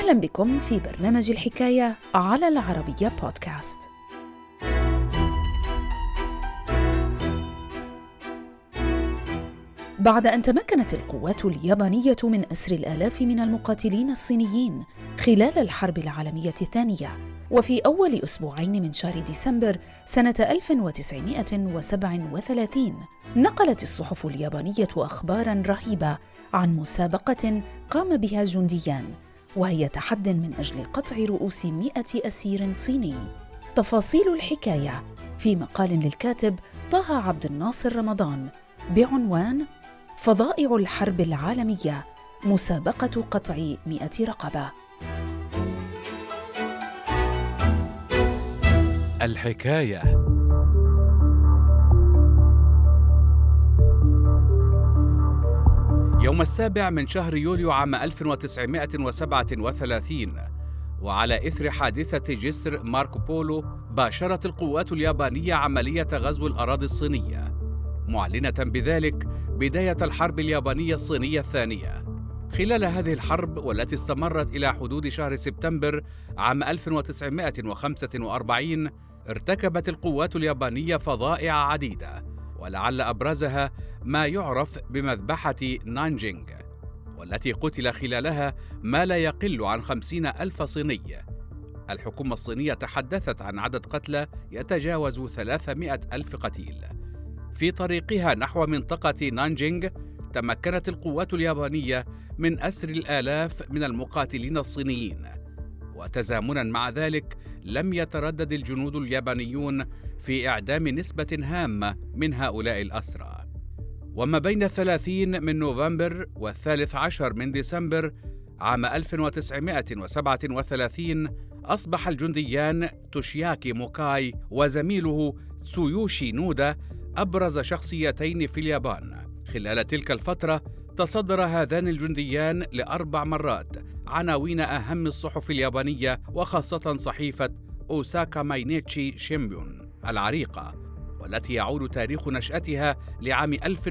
أهلا بكم في برنامج الحكاية على العربية بودكاست. بعد أن تمكنت القوات اليابانية من أسر الآلاف من المقاتلين الصينيين خلال الحرب العالمية الثانية، وفي أول أسبوعين من شهر ديسمبر سنة 1937 نقلت الصحف اليابانية أخباراً رهيبة عن مسابقة قام بها جنديان، وهي تحد من أجل قطع رؤوس 100 أسير صيني. تفاصيل الحكاية في مقال للكاتب طه عبد الناصر رمضان بعنوان فظائع الحرب العالمية، مسابقة قطع 100 رقبة. الحكاية. يوم 7 من شهر يوليو عام 1937، وعلى إثر حادثة جسر ماركو بولو، باشرت القوات اليابانية عملية غزو الأراضي الصينية، معلنة بذلك بداية الحرب اليابانية الصينية الثانية. خلال هذه الحرب، والتي استمرت إلى حدود شهر سبتمبر عام 1945، ارتكبت القوات اليابانية فظائع عديدة، ولعل أبرزها ما يعرف بمذبحة نانجينغ، والتي قتل خلالها ما لا يقل عن 50,000 صيني. الحكومة الصينية تحدثت عن عدد قتلى يتجاوز 300,000 قتيل. في طريقها نحو منطقة نانجينغ، تمكنت القوات اليابانية من أسر الآلاف من المقاتلين الصينيين، وتزامناً مع ذلك لم يتردد الجنود اليابانيون في إعدام نسبة هامة من هؤلاء الأسرى. وما بين 30 من نوفمبر و13 من ديسمبر عام 1937 أصبح الجنديان توشياكي موكاي وزميله تسويوشي نودا أبرز شخصيتين في اليابان. خلال تلك الفترة تصدر هذان الجنديان ل4 مرات عناوين أهم الصحف اليابانية، وخاصة صحيفة أوساكا ماينيتشي شيمبون العريقة، والتي يعود تاريخ نشأتها لعام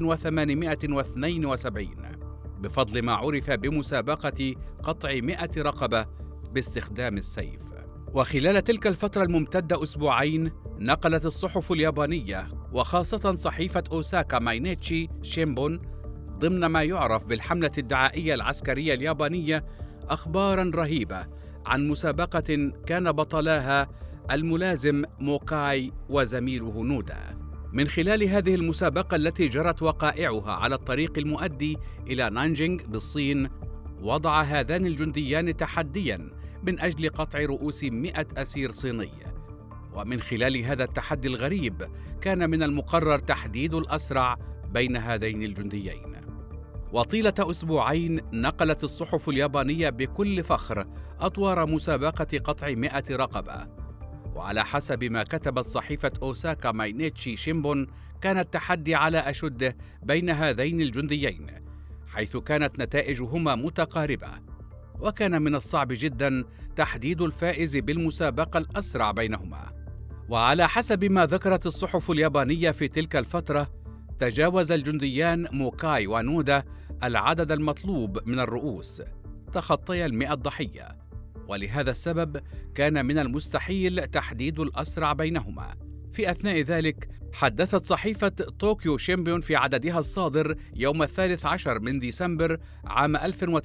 1872 بفضل ما عرف بمسابقة قطع 100 رقبة باستخدام السيف. وخلال تلك الفترة الممتدة أسبوعين، نقلت الصحف اليابانية وخاصة صحيفة أوساكا ماينيتشي شيمبون ضمن ما يعرف بالحملة الدعائية العسكرية اليابانية أخباراً رهيبة عن مسابقة كان بطلاها الملازم موكاي وزميله نودا. من خلال هذه المسابقة التي جرت وقائعها على الطريق المؤدي إلى نانجينغ بالصين، وضع هذان الجنديان تحدياً من أجل قطع رؤوس 100 أسير صيني. ومن خلال هذا التحدي الغريب كان من المقرر تحديد الأسرع بين هذين الجنديين. وطيلة أسبوعين نقلت الصحف اليابانية بكل فخر أطوار مسابقة قطع 100 رقبة. وعلى حسب ما كتبت صحيفة أوساكا ماينيتشي شيمبون، كان التحدي على أشده بين هذين الجنديين، حيث كانت نتائجهما متقاربة، وكان من الصعب جدا تحديد الفائز بالمسابقة الأسرع بينهما. وعلى حسب ما ذكرت الصحف اليابانية في تلك الفترة، تجاوز الجنديان موكاي ونودا العدد المطلوب من الرؤوس، تخطيا 100 ضحية، ولهذا السبب كان من المستحيل تحديد الأسرع بينهما. في أثناء ذلك حدثت صحيفة طوكيو شيمبيون في عددها الصادر يوم 13 من ديسمبر عام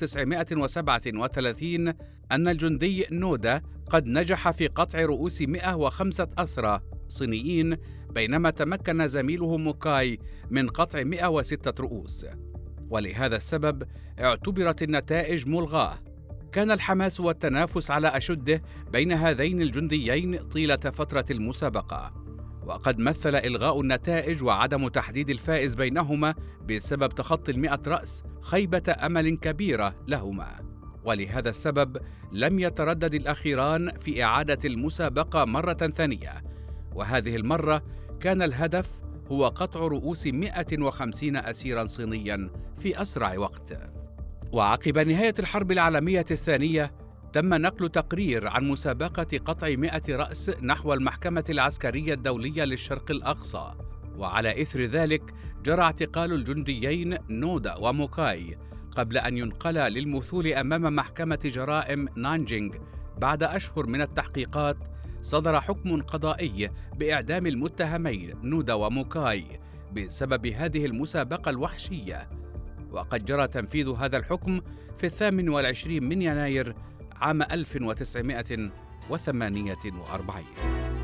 1937 أن الجندي نودا قد نجح في قطع رؤوس 105 أسرى صينيين، بينما تمكن زميله موكاي من قطع 106 رؤوس، ولهذا السبب اعتبرت النتائج ملغاة. كان الحماس والتنافس على أشده بين هذين الجنديين طيلة فترة المسابقة، وقد مثل إلغاء النتائج وعدم تحديد الفائز بينهما بسبب تخطي 100 رأس خيبة أمل كبيرة لهما. ولهذا السبب لم يتردد الأخيران في إعادة المسابقة مرة ثانية، وهذه المرة كان الهدف هو قطع رؤوس 150 أسيراً صينياً في أسرع وقت. وعقب نهاية الحرب العالمية الثانية، تم نقل تقرير عن مسابقة قطع 100 رأس نحو المحكمة العسكرية الدولية للشرق الأقصى، وعلى إثر ذلك جرى اعتقال الجنديين نودا وموكاي، قبل أن ينقل للمثول أمام محكمة جرائم نانجينغ. بعد أشهر من التحقيقات صدر حكم قضائي بإعدام المتهمين نودا وموكاي بسبب هذه المسابقة الوحشية، وقد جرى تنفيذ هذا الحكم في 28 من يناير عام 1948.